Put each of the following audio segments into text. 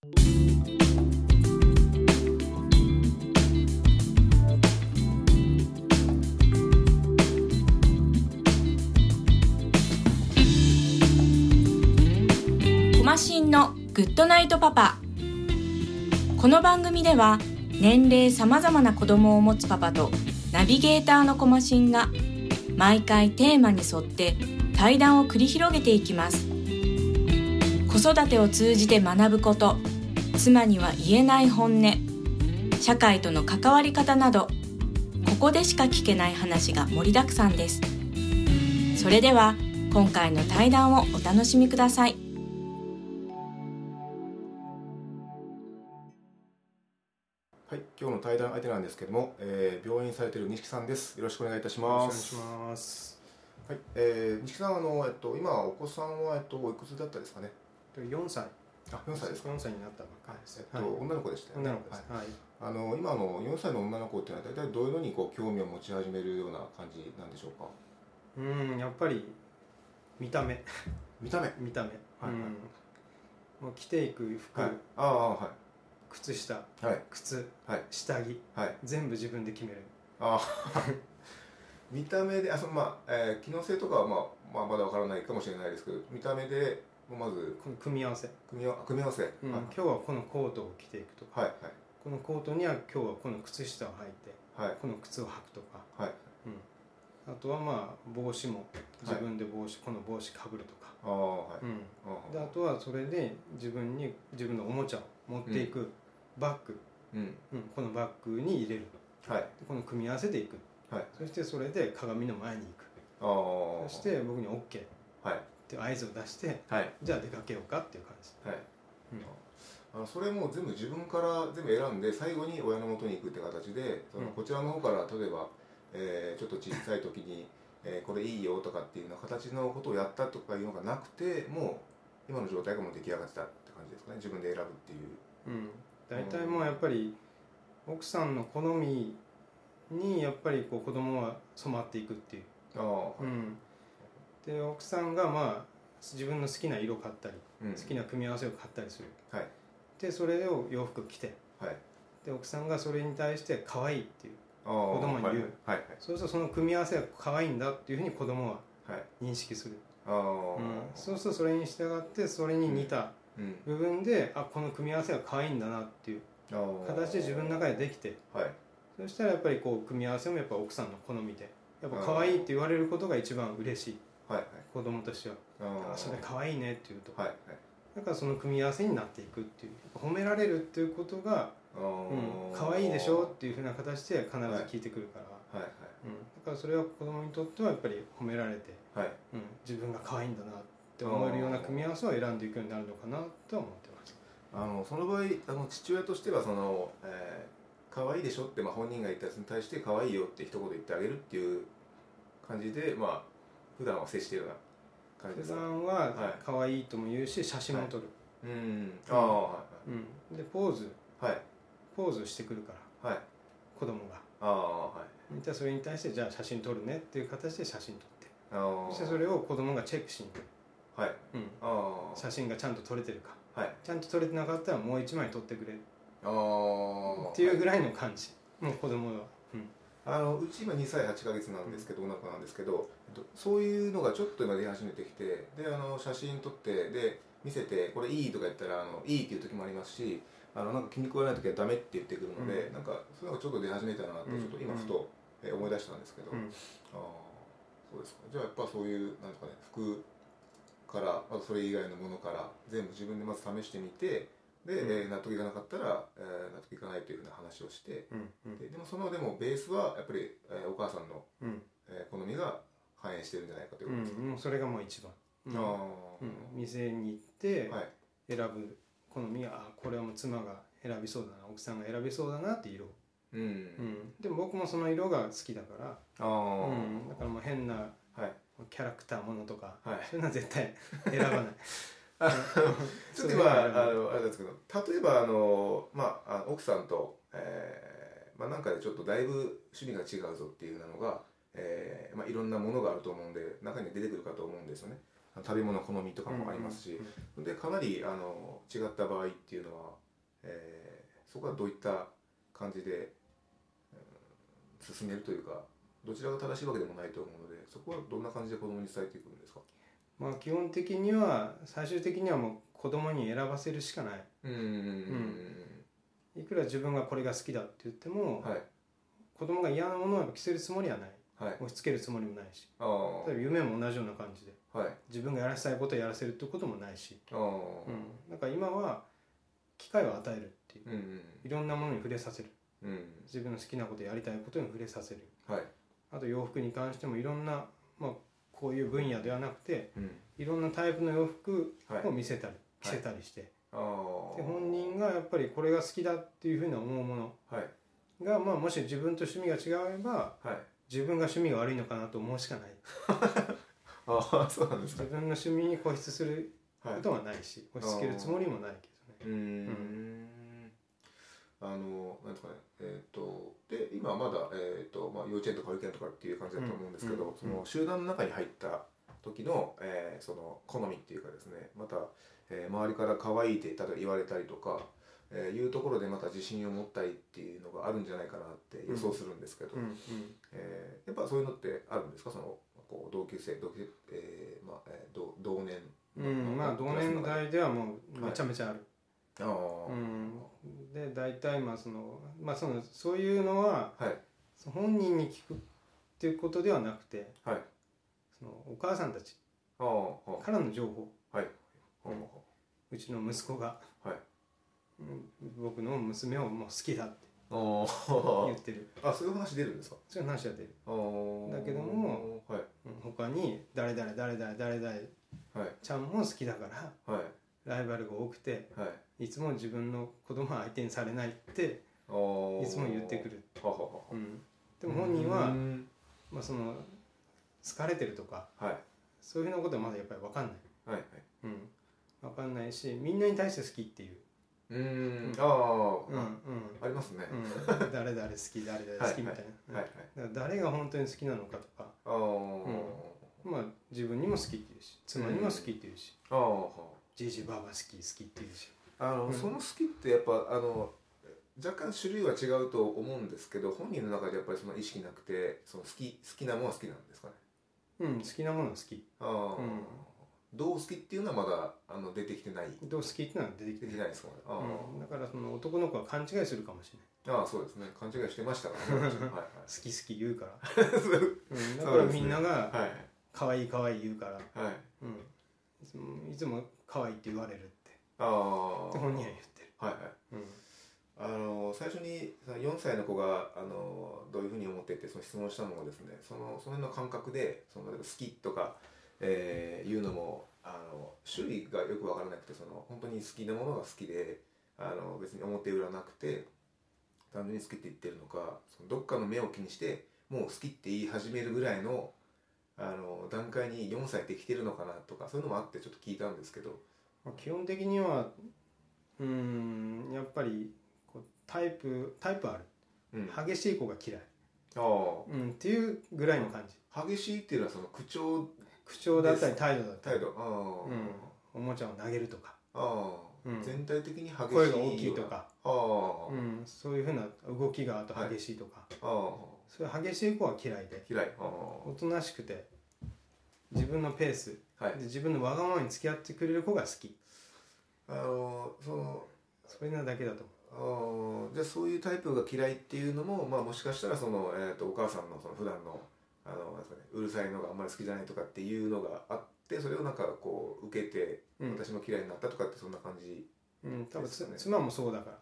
コマシンのグッドナイトパパ。この番組では年齢さまざまな子供を持つパパとナビゲーターのコマシンが毎回テーマに沿って対談を繰り広げていきます。子育てを通じて学ぶこと、妻には言えない本音、社会との関わり方など、ここでしか聞けない話が盛りだくさんです。それでは今回の対談をお楽しみください。 はい、今日の対談相手なんですけども、病院されている西木さんです。よろしくお願いいたします。 よろしくお願いします。 はい、西木さんは今お子さんはおいくつだったですかね。 4歳。 あ、4歳ですか。 4歳になったばっかりです。 女の子でしたよね。 女の子です。はい。 今4歳の女の子っていうのは大体どういうのに興味を持ち始めるような感じなんでしょうか。 やっぱり見た目。 見た目。 はいはい。もう着ていく服、 はい。 靴下、 はい、 靴、 はい、 下着、はい、全部自分で決める。 見た目で機能性とかはまだわからないかもしれないですけど、見た目でまずこの組み合わせ、 組み合わせ、 今日はこのコートを着ていくとか、はいはい、このコートには今日はこの靴下を履いて、はい、この靴を履くとか、はい、あとは帽子も自分でこの帽子かぶるとか、であとはそれで自分のおもちゃを持っていく、バッグ、このバッグに入れる、はい、この組み合わせでいく、はい、そしてそれで鏡の前に行く、そして僕に OK って合図を出して、はい、じゃあ出かけようかっていう感じ、 はい、それも全部自分から全部選んで最後に親の元に行くって形で、こちらの方から例えば、ちょっと小さい時に、これいいよとかっていうような形のことをやったとかいうのがなくて、もう今の状態がもう出来上がってたって感じですかね。自分で選ぶっていう。 大体もうやっぱり奥さんの好みにやっぱり子供は染まっていくっていう。で奥さんが自分の好きな色買ったり、好きな組み合わせを買ったりする、はい、でそれを洋服着て、はい、で奥さんがそれに対して可愛いっていう子供に言う、はいはい、そうするとその組み合わせが可愛いんだっていうふうに子供は認識する、そうするとそれに従ってそれに似た部分で、この組み合わせが可愛いんだなっていう形で自分の中でできて、はい、そしたらやっぱり組み合わせもやっぱ奥さんの好みでやっぱ可愛いって言われることが一番嬉しい、はいはい、子供としてはそれ可愛いねって言うと、はいはい、だからその組み合わせになっていくっていう、褒められるっていうことが可愛いでしょっていうふうな形で必ず聞いてくるから、はいはいはい、だからそれは子供にとってはやっぱり褒められて、はい、自分が可愛いんだなって思えるような組み合わせを選んでいくようになるのかなとは思ってます。 その場合父親としては可愛いでしょって本人が言ったやつに対して可愛いよって一言言ってあげるっていう感じで普段は接しているような感じですか。 普段は可愛いとも言うし写真も撮る、でポーズしてくるから、はい、子供が、じゃあそれに対してじゃあ写真撮るねっていう形で写真撮って、そしてそれを子供がチェックしに来る、はい、写真がちゃんと撮れてるか、はい、ちゃんと撮れてなかったらもう一枚撮ってくれっていうぐらいの感じ、もう子供は、 うち今2歳8ヶ月なんですけど、女の子なんですけど、そういうのがちょっと今出始めてきて、で写真撮ってで見せてこれいいとか言ったらいいっていう時もありますし、なんか気に食わない時はダメって言ってくるので、なんかそういうのがちょっと出始めたなとちょっと今ふと思い出したんですけど、そうですか。じゃあやっぱそういうなんですかね、服からまずそれ以外のものから全部自分でまず試してみて、で、納得いかなかったら、納得いかないというふうな話をして、でもでもベースはやっぱり、お母さんの、好みが反映してるんじゃないかということですか。 それがもう一番、店に行って選ぶ好みが、これはもう妻が選びそうだな、奥さんが選びそうだなって色、でも僕もその色が好きだから、だからもう変なキャラクターものとか、そういうのは絶対選ばないちょっと今あれですけど、例えば奥さんと、なんかでちょっとだいぶ趣味が違うぞっていうのが、いろんなものがあると思うんで中に出てくるかと思うんですよね。 食べ物好みとかもありますし、でかなり違った場合っていうのは、そこはどういった感じで、進めるというか、どちらが正しいわけでもないと思うので、そこはどんな感じで子供に伝えていくんですか？ 基本的には最終的にはもう子供に選ばせるしかない。いくら自分がこれが好きだって言っても、子供が嫌なものを着せるつもりはない、押し付けるつもりもないし、例えば夢も同じような感じで、自分がやらせたいことをやらせるってこともないし、だから今は機会を与えるっていう、いろんなものに触れさせる、自分の好きなことやりたいことに触れさせる、あと洋服に関してもいろんな、こういう分野ではなくて、いろんなタイプの洋服を見せたり、着せたりして、で本人がやっぱりこれが好きだっていうふうに思うものが、もし自分と趣味が違えば、自分が趣味が悪いのかなと思うしかない。 そうなんですか。 自分の趣味に固執することはないし、押し付けるつもりもないけどね。 なんですかね、で今まだ、幼稚園とか保育園とかっていう感じだと思うんですけど、その集団の中に入った時の、その好みっていうかですね、また、周りから可愛いって例えば言われたりとか、いうところでまた自信を持ったりっていうのがあるんじゃないかなって予想するんですけど、やっぱそういうのってあるんですか？そのこう同年、 同年代ではもうめちゃめちゃある。で大体そういうのは、本人に聞くっていうことではなくて、そのお母さんたちからの情報、うちの息子が、僕の娘をもう好きだって言ってる。 そういう話出るんですか？ そういう話は出る。だけども、他に誰々ちゃんも好きだから、ライバルが多くて、いつも自分の子供は相手にされないっていつも言ってくる。でも本人は、その好かれてるとか、そういうふうなことはまだやっぱり分かんない。分かんないし、みんなに対して好きっていう。 ありますね。 誰々好き、誰々好きみたいな。だから誰が本当に好きなのかとか、自分にも好きって言うし、妻にも好きって言うし、じじばば好きって言うし。 その好きってやっぱ若干種類は違うと思うんですけど、本人の中でやっぱりその意識なくて、その好きなものは好きなんですかね？ 好きなものは好き。 どう好きっていうのはまだ出てきてない。 どう好きっていうのは出てきてないですかね。 だからその男の子は勘違いするかもしれない。 そうですね。勘違いしてましたからね。 好き言うから。だからみんなが可愛い言うから、いつも可愛いって言われるって。って本人は言ってる。 最初に4歳の子がどういうふうに思ってってその質問したのもですね、その辺の感覚で好きとかいうのも種類がよく分からなくて、その本当に好きなものが好きで別に表裏なくて単純に好きって言ってるのか、そのどっかの目を気にしてもう好きって言い始めるぐらいの段階に4歳って来てるのかなとか、そういうのもあってちょっと聞いたんですけど、 基本的にはやっぱりこうタイプある、激しい子が嫌いっていうぐらいの感じ。 激しいっていうのはその口調だったり態度だったり、おもちゃを投げるとか、 全体的に激しい、 声が大きいとか、そういうふうな動きがあと激しいとか、そういう激しい子は嫌いで、おとなしくて自分のペース、で自分のわがままに付き合ってくれる子が好き。それなだけだと思う。じゃあそういうタイプが嫌いっていうのも、もしかしたらその、お母さんのその普段のうるさいのがあんまり好きじゃないとかっていうのがあって、それをなんかこう受けて、私も嫌いになったとかってそんな感じ多分妻もそうだから。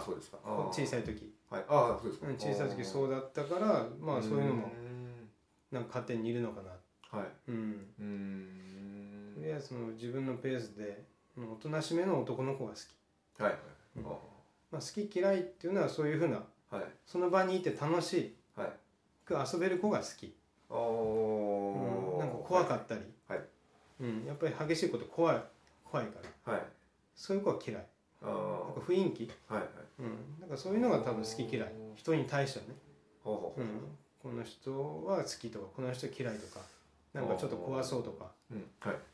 そうですか。 小さい時、 そうですか。 小さい時そうだったから、そういうのもなんか勝手にいるのかな。とりあえずその自分のペースでおとなしめの男の子が好き。好き嫌いっていうのはそういうふうな、その場にいて楽しく遊べる子が好き。なんか怖かったり、やっぱり激しいこと怖いから、そういう子は嫌い。なんか雰囲気、なんかそういうのが多分好き嫌い、人に対してはね、この人は好きとかこの人嫌いとか、なんかちょっと怖そうとか、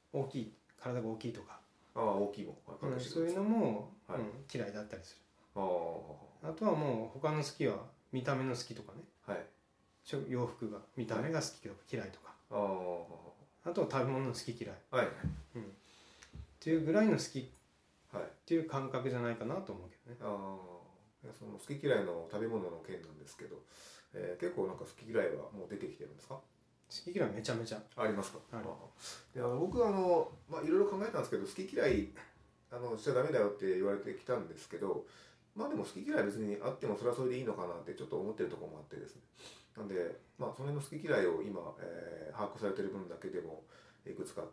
大きい、体が大きいとか、 大きいもん、 そういうのも、嫌いだったりする。あとはもう他の好きは見た目の好きとかね、洋服が見た目が好きとか嫌いとか、あとは食べ物の好き嫌い、っていうぐらいの好きっていう感覚じゃないかなと思うけどね。 その好き嫌いの食べ物の件なんですけど、結構なんか好き嫌いはもう出てきてるんですか？ 好き嫌いめちゃめちゃありますか？で僕はいろいろ考えたんですけど、好き嫌いしちゃダメだよって言われてきたんですけど、でも好き嫌い別にあってもそれはそれでいいのかなってちょっと思ってるところもあってですね。なんでその辺の好き嫌いを今、把握されてる分だけでもいくつかあって、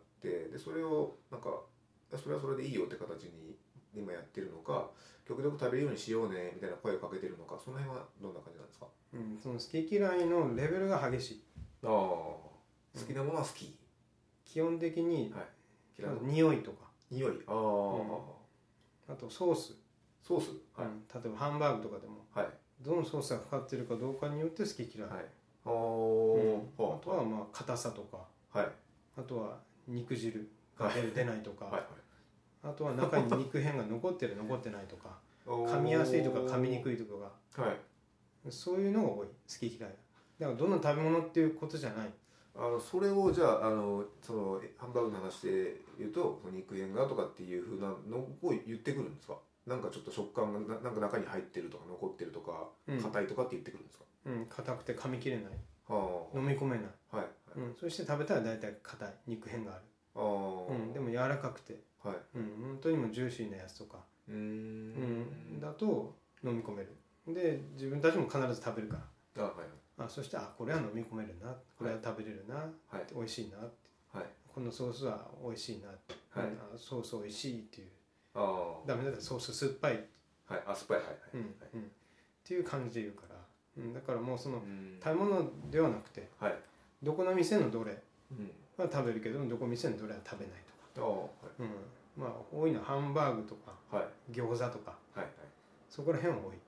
でそれをなんかそれはそれでいいよって形に今やってるのか、極力食べるようにしようねみたいな声をかけてるのか、その辺はどんな感じなんですか？ その好き嫌いのレベルが激しい。 好きなものは好き、 基本的に、 嫌いな匂いとか、 匂い、 あとソース、 例えばハンバーグとかでも、どのソースがかかってるかどうかによって好き嫌い、あとは硬さとか、あとは肉汁が出ないとか、あとは中に肉片が残ってる残ってないとか、噛みやすいとか噛みにくいとか、そういうのが多い、好き嫌いだからどの食べ物っていうことじゃない。 それをじゃあそのハンバーグの話で言うと、肉片がとかっていうふうなのを言ってくるんですか？なんかちょっと食感がなんか中に入ってるとか残ってるとか硬いとかって言ってくるんですか？ 硬くて噛み切れない、飲み込めない、そして食べたら大体硬い肉片がある、でも柔らかくて、本当にもジューシーなやつとかだと飲み込める。で自分たちも必ず食べるから、そしてこれは飲み込めるな、これは食べれるな、美味しいなって、このソースは美味しいな、ソース美味しいっていう、ダメだったらソース酸っぱい、 酸っぱい、 っていう感じで言うから、だからもうその食べ物ではなくて、どこの店のどれは食べるけどどこの店のどれは食べないとか、多いのはハンバーグとか、餃子とか、そこら辺は多い。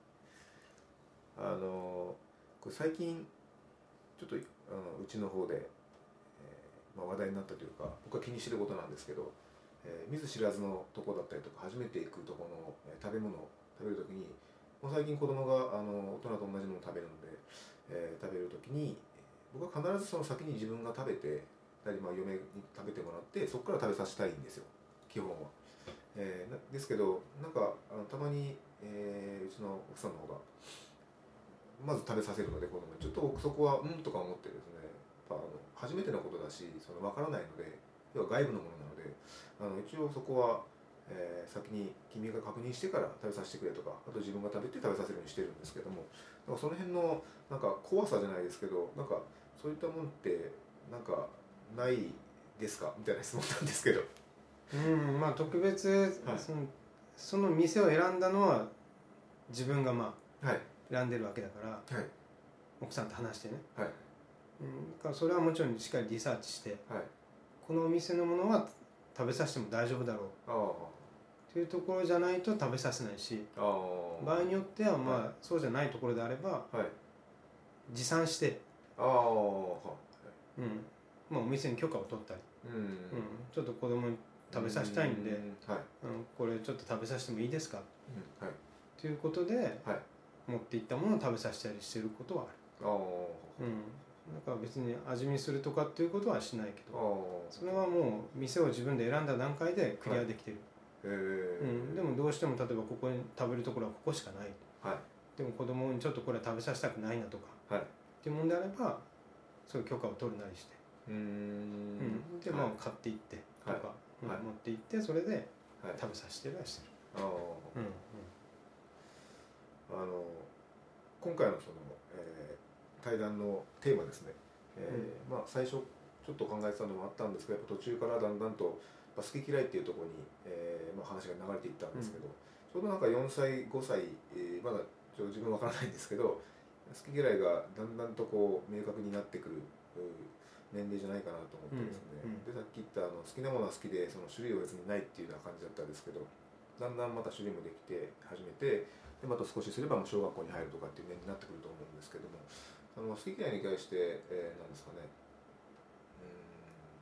これ最近ちょっとうちの方で、話題になったというか、僕は気にしてることなんですけど、見ず知らずのとこだったりとか初めて行くとこの食べ物を食べるときに、最近子供が大人と同じものを食べるので、食べるときに僕は必ずその先に自分が食べてたり、嫁に食べてもらってそこから食べさせたいんですよ、基本は。ですけどなんかたまに、うちの奥さんの方がまず食べさせるので、子供にちょっとそこはとか思ってですね、初めてのことだし分からないので、要は外部のものなので、一応そこは、先に君が確認してから食べさせてくれとか、あと自分が食べて食べさせるようにしてるんですけども、その辺のなんか怖さじゃないですけど、なんかそういったものってなんかないですかみたいな質問なんですけど。 特別、その店を選んだのは自分が選んでるわけだから、奥さんと話してね、それはもちろんしっかりリサーチして、このお店のものは食べさせても大丈夫だろうというところじゃないと食べさせないし、場合によってはそうじゃないところであれば、持参して、お店に許可を取ったり、ちょっと子供に食べさせたいんで、これちょっと食べさせてもいいですか、ということで、持っていったものを食べさせたりしてることはある。だから別に味見するとかっていうことはしないけど、それはもう店を自分で選んだ段階でクリアできてる。でもどうしても例えばここに食べるところはここしかない、でも子供にちょっとこれは食べさせたくないなとか、っていうものであればそういう許可を取るなりして、で買っていってとか、持っていってそれで食べさせてはしてる。 今回のその、対談のテーマですね、最初ちょっと考えてたのもあったんですけど、途中からだんだんと好き嫌いっていうところに、話が流れていったんですけど、ちょうどなんか4歳5歳、まだ自分わからないんですけど、好き嫌いがだんだんとこう明確になってくる年齢じゃないかなと思ってですね、でさっき言った好きなものは好きでその種類は別にないっていうような感じだったんですけど、だんだんまた種類もできて始めて、でまた少しすればもう小学校に入るとかっていう年になってくると思うんですけども、好き嫌いに対して、なんですかね、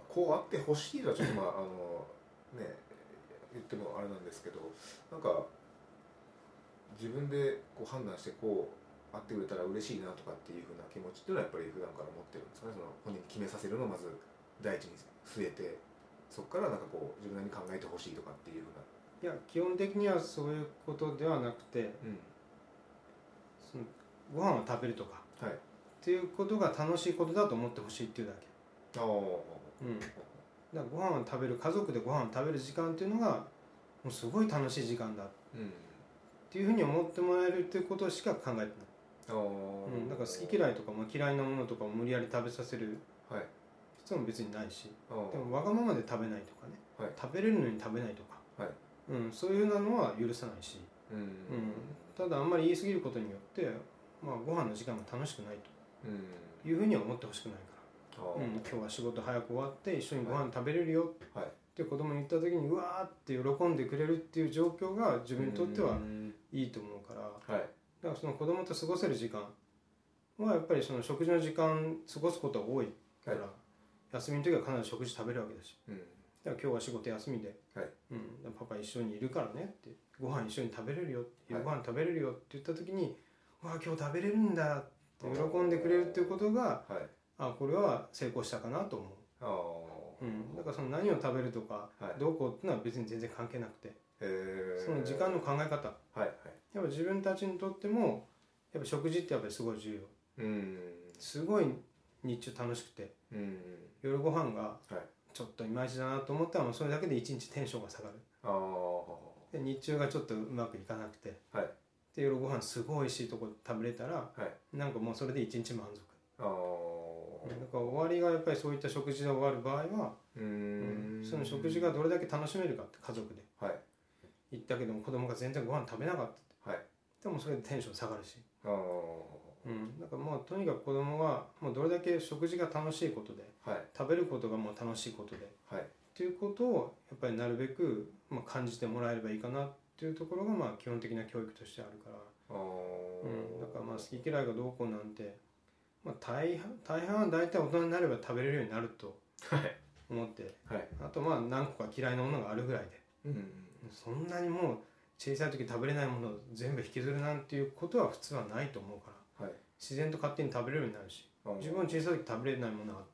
こうあってほしいのはちょっとね言ってもあれなんですけど、なんか自分でこう判断してこうあってくれたら嬉しいなとかっていう風な気持ちっていうのはやっぱり普段から持ってるんですかね。その本人に決めさせるのをまず第一に据えて、そこからなんかこう自分なりに考えてほしいとかっていう風な。 いや基本的にはそういうことではなくて、そのご飯を食べるとか、っていうことが楽しいことだと思ってほしいっていうだけ。だからご飯を食べる、家族でご飯を食べる時間っていうのがもうすごい楽しい時間だっていうふうに思ってもらえるっていうことしか考えてない。だから好き嫌いとかも嫌いなものとかを無理やり食べさせる必要も別にないし、でもわがままで食べないとかね、食べれるのに食べないとか、そういうのは許さないし、ただあんまり言い過ぎることによって、ご飯の時間が楽しくないというふうには思ってほしくないから、今日は仕事早く終わって一緒にご飯食べれるよって子供に言った時にうわーって喜んでくれるっていう状況が自分にとってはいいと思うから、だからその子供と過ごせる時間はやっぱりその食事の時間過ごすことが多いから、休みの時は必ず食事食べるわけだし、だから今日は仕事休みで、パパ一緒にいるからねって、ご飯一緒に食べれるよ、夜ご飯食べれるよって言った時に、わあ今日食べれるんだって喜んでくれるっていうことが、これは成功したかなと思う。だからその何を食べるとか、どうこうっていうのは別に全然関係なくて、その時間の考え方、やっぱ自分たちにとってもやっぱ食事ってやっぱりすごい重要。すごい日中楽しくて、夜ご飯がちょっといまいちだなと思ったらもうそれだけで一日テンションが下がる。で日中がちょっとうまくいかなくて、で夜ご飯すごい美味しいとこ食べれたら、なんかもうそれで一日満足。だから終わりがやっぱりそういった食事で終わる場合は、その食事がどれだけ楽しめるかって、家族で行ったけども子供が全然ご飯食べなかったって、でもそれでテンション下がるし、だからもうとにかく子供はもうどれだけ食事が楽しいことで、食べることがもう楽しいことで、っていうことをやっぱりなるべく感じてもらえればいいかなっていうところが基本的な教育としてあるから、だから好き嫌いがどうこうなんて、大半は大体大人になれば食べれるようになると思って、あと何個か嫌いなものがあるぐらいで、そんなにもう小さい時食べれないものを全部引きずるなんていうことは普通はないと思うから、自然と勝手に食べれるようになるし、自分は小さい時食べれないものがあって、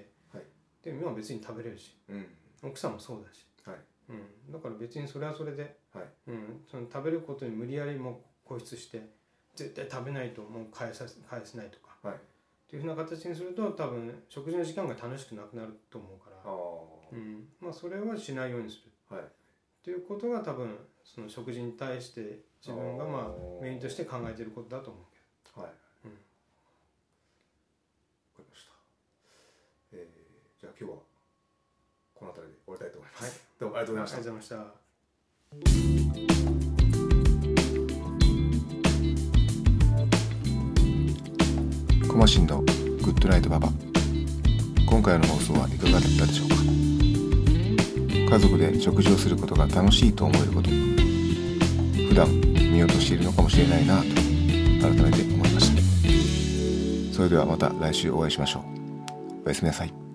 で今は別に食べれるし、奥さんもそうだし、だから別にそれはそれで、その食べることに無理やりもう固執して絶対食べないともう返せないとか、っていうふうな形にすると多分食事の時間が楽しくなくなると思うから、それはしないようにする、っていうことが多分その食事に対して自分がメインとして考えていることだと思うけど。わかりました。じゃあ今日はこの辺りで終わりたいと思います。どうもありがとうございました。 ありがとうございました。 コマシンのグッドナイトパパ、今回の放送はいかがだったでしょうか。家族で食事をすることが楽しいと思えること、普段見落としているのかもしれないなと改めて思いました。それではまた来週お会いしましょう。おやすみなさい。